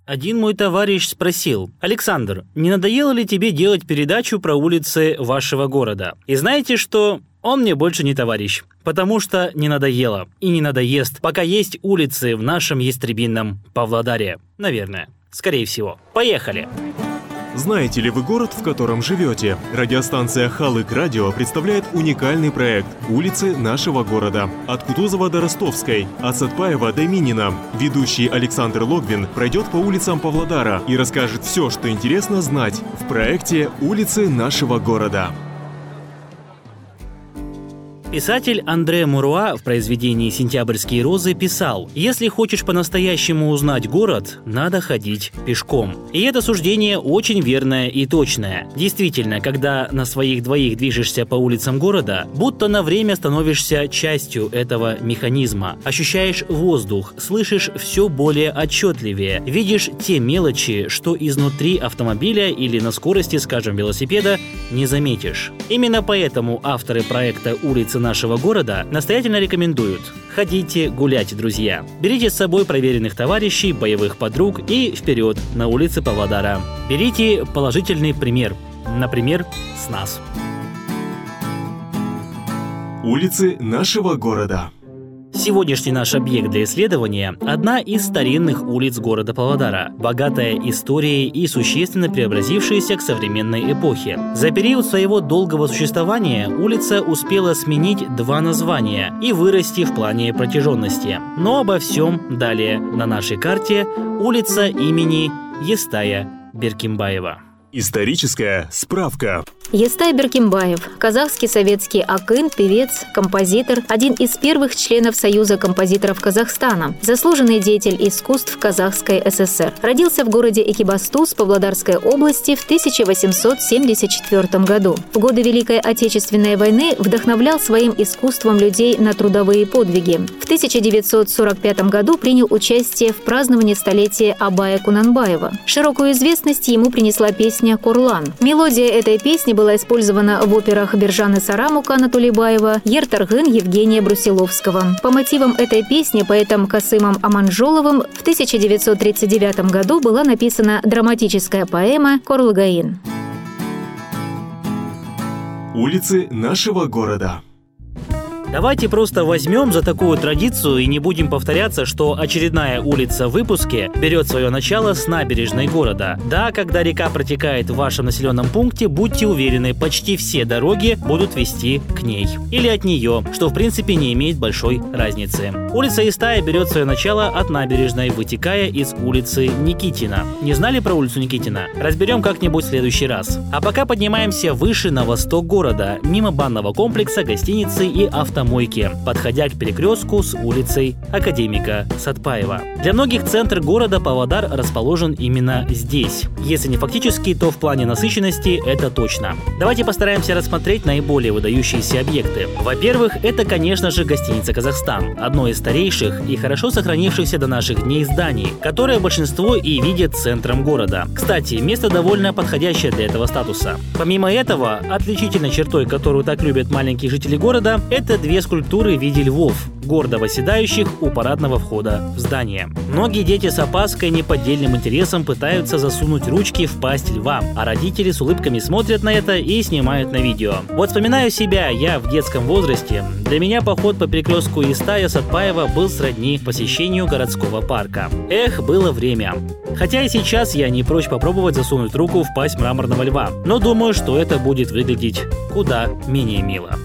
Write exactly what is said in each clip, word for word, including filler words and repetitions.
Один мой товарищ спросил: «Александр, не надоело ли тебе делать передачу про улицы вашего города?» И знаете что? Он мне больше не товарищ, потому что не надоело и не надоест, пока есть улицы в нашем ястребинном Павлодаре. Наверное. Скорее всего. Поехали! Знаете ли вы город, в котором живете? Радиостанция «Халык Радио» представляет уникальный проект «Улицы нашего города». От Кутузова до Ростовской, от Сатпаева до Минина. Ведущий Александр Логвин пройдет по улицам Павлодара и расскажет все, что интересно знать в проекте «Улицы нашего города». Писатель Андре Муруа в произведении «Сентябрьские розы» писал: «Если хочешь по-настоящему узнать город, надо ходить пешком». И это суждение очень верное и точное. Действительно, когда на своих двоих движешься по улицам города, будто на время становишься частью этого механизма. Ощущаешь воздух, слышишь все более отчетливее, видишь те мелочи, что изнутри автомобиля или на скорости, скажем, велосипеда, не заметишь. Именно поэтому авторы проекта «Улицы нашего города» настоятельно рекомендуют: ходите гулять, друзья. Берите с собой проверенных товарищей, боевых подруг и вперед на улицы Павлодара. Берите положительный пример. Например, с нас. Улицы нашего города. Сегодняшний наш объект для исследования – одна из старинных улиц города Павлодара, богатая историей и существенно преобразившаяся к современной эпохе. За период своего долгого существования улица успела сменить два названия и вырасти в плане протяженности. Но обо всем далее на нашей карте улица имени Естая Беркимбаева. Историческая справка. Естай Беркимбаев – казахский советский акын, певец, композитор, один из первых членов Союза композиторов Казахстана, заслуженный деятель искусств Казахской ССР. Родился в городе Экибастуз Павлодарской области в тысяча восемьсот семьдесят четвёртом году. В годы Великой Отечественной войны вдохновлял своим искусством людей на трудовые подвиги. В тысяча девятьсот сорок пятом году принял участие в праздновании столетия Абая Кунанбаева. Широкую известность ему принесла песня «Курлан». Мелодия этой песни была использована в операх Биржаны Сарамука Анатолибаева, Ертаргын Евгения Брусиловского. По мотивам этой песни поэтом Касымом Аманжоловым в тысяча девятьсот тридцать девятом году была написана драматическая поэма «Корлгаин». Улицы нашего города. Давайте просто возьмем за такую традицию и не будем повторяться, что очередная улица в выпуске берет свое начало с набережной города. Да, когда река протекает в вашем населенном пункте, будьте уверены, почти все дороги будут вести к ней. Или от нее, что в принципе не имеет большой разницы. Улица Естая берет свое начало от набережной, вытекая из улицы Никитина. Не знали про улицу Никитина? Разберем как-нибудь в следующий раз. А пока поднимаемся выше на восток города, мимо банного комплекса, гостиницы и автомобилей. Мойки, подходя к перекрестку с улицей Академика Сатпаева. Для многих центр города Павлодар расположен именно здесь. Если не фактически, то в плане насыщенности это точно. Давайте постараемся рассмотреть наиболее выдающиеся объекты. Во-первых, это, конечно же, гостиница «Казахстан», одно из старейших и хорошо сохранившихся до наших дней зданий, которое большинство и видят центром города. Кстати, место довольно подходящее для этого статуса. Помимо этого, отличительной чертой, которую так любят маленькие жители города, это две скульптуры в виде львов, гордо восседающих у парадного входа в здание. Многие дети с опаской и неподдельным интересом пытаются засунуть ручки в пасть льва, а родители с улыбками смотрят на это и снимают на видео. Вот вспоминаю себя, я в детском возрасте. Для меня поход по перекрестку Естая Сатпаева был сродни посещению городского парка. Эх, было время. Хотя и сейчас я не прочь попробовать засунуть руку в пасть мраморного льва, но думаю, что это будет выглядеть куда менее мило.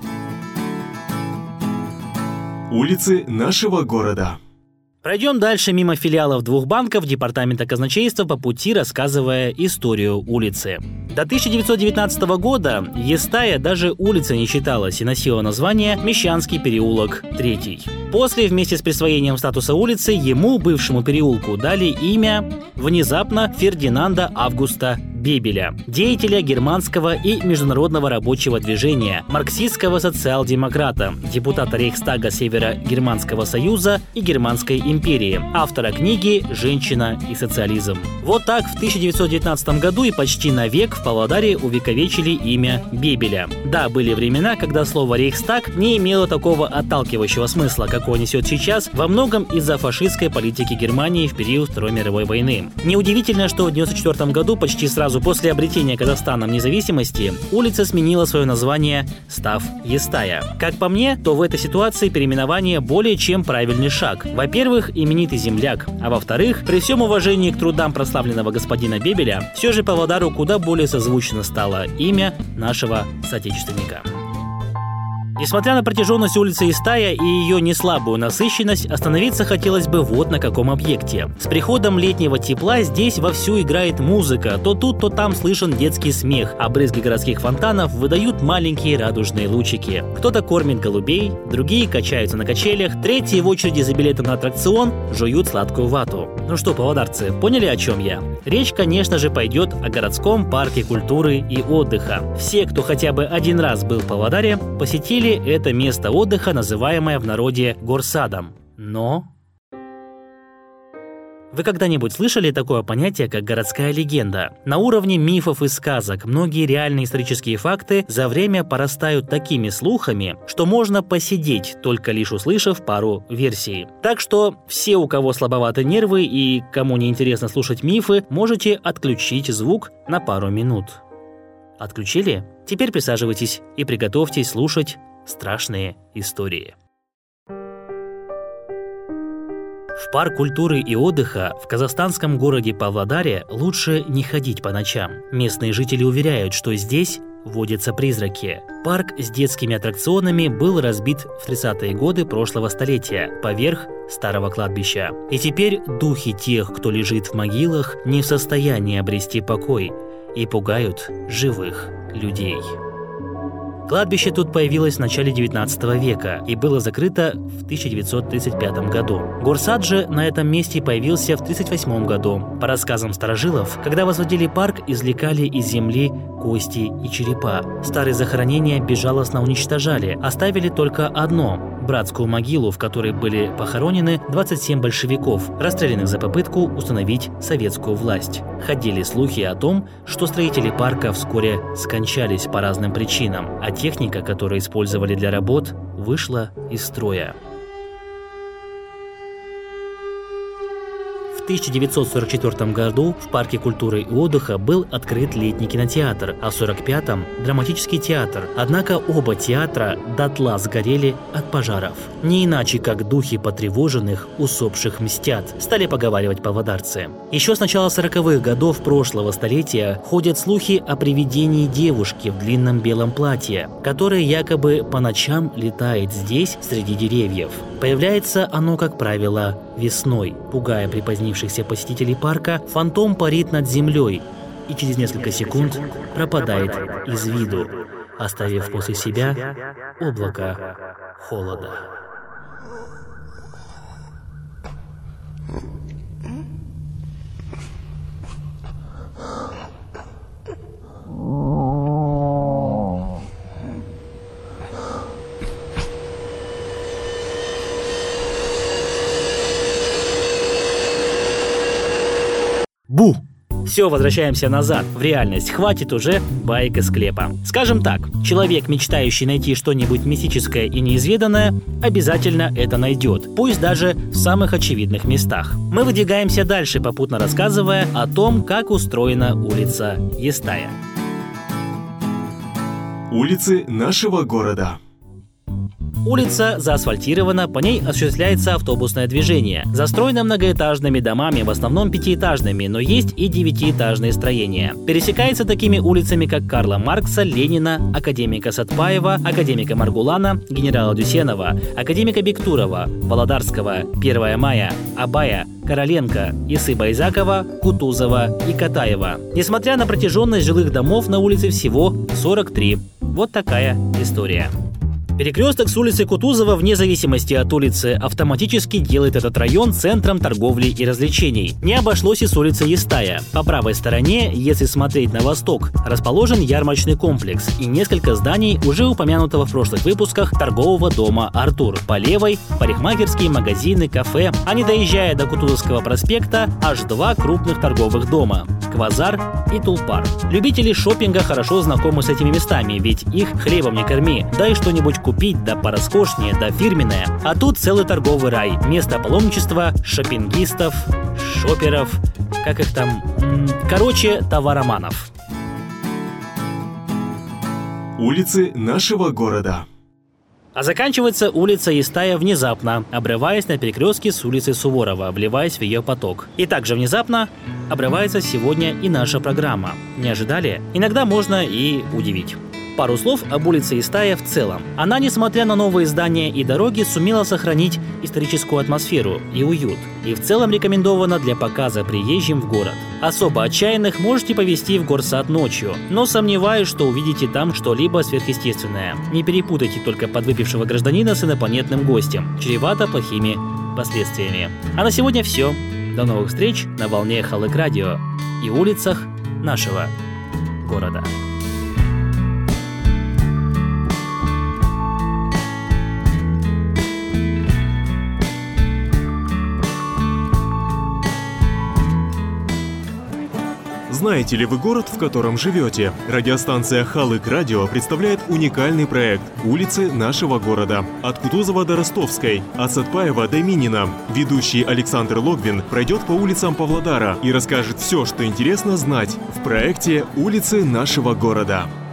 Улицы нашего города. Пройдем дальше мимо филиалов двух банков Департамента казначейства по пути, рассказывая историю улицы. До тысяча девятьсот девятнадцатого года Естая даже улица не считалась и носила название Мещанский переулок третий. После, вместе с присвоением статуса улицы, ему, бывшему переулку, дали имя внезапно Фердинанда Августа Бебеля, деятеля германского и международного рабочего движения, марксистского социал-демократа, депутата Рейхстага Северо-Германского союза и Германской империи, автора книги «Женщина и социализм». Вот так в тысяча девятьсот девятнадцатом году и почти навек в Павлодаре увековечили имя Бебеля. Да, были времена, когда слово «Рейхстаг» не имело такого отталкивающего смысла, какой несет сейчас, во многом из-за фашистской политики Германии в период Второй мировой войны. Неудивительно, что в девяносто четвёртом году, почти сразу после обретения Казахстаном независимости, улица сменила свое название, став Естая. Как по мне, то в этой ситуации переименование более чем правильный шаг. Во-первых, именитый земляк, а во-вторых, при всем уважении к трудам прославленного господина Бебеля, все же Павлодару куда более созвучно стало имя нашего соотечественника. Несмотря на протяженность улицы Естая и ее неслабую насыщенность, остановиться хотелось бы вот на каком объекте. С приходом летнего тепла здесь вовсю играет музыка, то тут, то там слышен детский смех, а брызги городских фонтанов выдают маленькие радужные лучики. Кто-то кормит голубей, другие качаются на качелях, третьи в очереди за билетом на аттракцион жуют сладкую вату. Ну что, павлодарцы, поняли, о чем я? Речь, конечно же, пойдет о городском парке культуры и отдыха. Все, кто хотя бы один раз был в Павлодаре, посетили это место отдыха, называемое в народе горсадом. Но... Вы когда-нибудь слышали такое понятие, как городская легенда? На уровне мифов и сказок многие реальные исторические факты за время порастают такими слухами, что можно посидеть, только лишь услышав пару версий. Так что все, у кого слабоваты нервы и кому не интересно слушать мифы, можете отключить звук на пару минут. Отключили? Теперь присаживайтесь и приготовьтесь слушать страшные истории. В парк культуры и отдыха в казахстанском городе Павлодаре лучше не ходить по ночам. Местные жители уверяют, что здесь водятся призраки. Парк с детскими аттракционами был разбит в тридцатые годы прошлого столетия поверх старого кладбища. И теперь духи тех, кто лежит в могилах, не в состоянии обрести покой и пугают живых людей. Кладбище тут появилось в начале девятнадцатого века и было закрыто в тысяча девятьсот тридцать пятом году. Горсад же на этом месте появился в тридцать восьмом году. По рассказам старожилов, когда возводили парк, извлекали из земли кости и черепа. Старые захоронения безжалостно уничтожали, оставили только одно – братскую могилу, в которой были похоронены двадцать семь большевиков, расстрелянных за попытку установить советскую власть. Ходили слухи о том, что строители парка вскоре скончались по разным причинам, а техника, которую использовали для работ, вышла из строя. В тысяча девятьсот сорок четвёртом году в парке культуры и отдыха был открыт летний кинотеатр, а в сорок пятом – драматический театр. Однако оба театра дотла сгорели от пожаров. Не иначе, как духи потревоженных, усопших мстят, стали поговаривать павлодарцы. Еще с начала сороковых годов прошлого столетия ходят слухи о привидении девушки в длинном белом платье, которая якобы по ночам летает здесь, среди деревьев. Появляется оно, как правило, весной. Пугая припозднившихся посетителей парка, фантом парит над землей и через несколько секунд пропадает из виду, оставив после себя облако холода. Бу! Все, возвращаемся назад, в реальность. Хватит уже баек из склепа. Скажем так, человек, мечтающий найти что-нибудь мистическое и неизведанное, обязательно это найдет, пусть даже в самых очевидных местах. Мы выдвигаемся дальше, попутно рассказывая о том, как устроена улица Естая. Улицы нашего города. Улица заасфальтирована, по ней осуществляется автобусное движение. Застроена многоэтажными домами, в основном пятиэтажными, но есть и девятиэтажные строения. Пересекается такими улицами, как Карла Маркса, Ленина, академика Сатпаева, академика Маргулана, генерала Дюсенова, академика Бектурова, Володарского, первого мая, Абая, Короленко, Исы Байзакова, Кутузова и Катаева. Несмотря на протяженность жилых домов на улице всего сорок три. Вот такая история. Перекресток с улицы Кутузова, вне зависимости от улицы, автоматически делает этот район центром торговли и развлечений. Не обошлось и с улицы Естая. По правой стороне, если смотреть на восток, расположен ярмарочный комплекс и несколько зданий уже упомянутого в прошлых выпусках торгового дома «Артур». По левой – парикмахерские, магазины, кафе, а не доезжая до Кутузовского проспекта, аж два крупных торговых дома – «Квазар» и «Тулпар». Любители шопинга хорошо знакомы с этими местами, ведь их хлебом не корми, да и что-нибудь купить, да пороскошнее, да фирменное. А тут целый торговый рай, место паломничества шопингистов, шоперов, как их там, короче, товароманов. Улицы нашего города. А заканчивается улица Естая внезапно, обрываясь на перекрестке с улицей Суворова, вливаясь в ее поток. И также внезапно обрывается сегодня и наша программа. Не ожидали? Иногда можно и удивить. Пару слов об улице Естая в целом. Она, несмотря на новые здания и дороги, сумела сохранить историческую атмосферу и уют. И в целом рекомендована для показа приезжим в город. Особо отчаянных можете повезти в горсад ночью, но сомневаюсь, что увидите там что-либо сверхъестественное. Не перепутайте только подвыпившего гражданина с инопланетным гостем. Чревато плохими последствиями. А на сегодня все. До новых встреч на волне Халык Радио и улицах нашего города. Знаете ли вы город, в котором живете? Радиостанция «Халык Радио» представляет уникальный проект «Улицы нашего города». От Кутузова до Ростовской, от Сатпаева до Минина. Ведущий Александр Логвин пройдет по улицам Павлодара и расскажет все, что интересно знать в проекте «Улицы нашего города».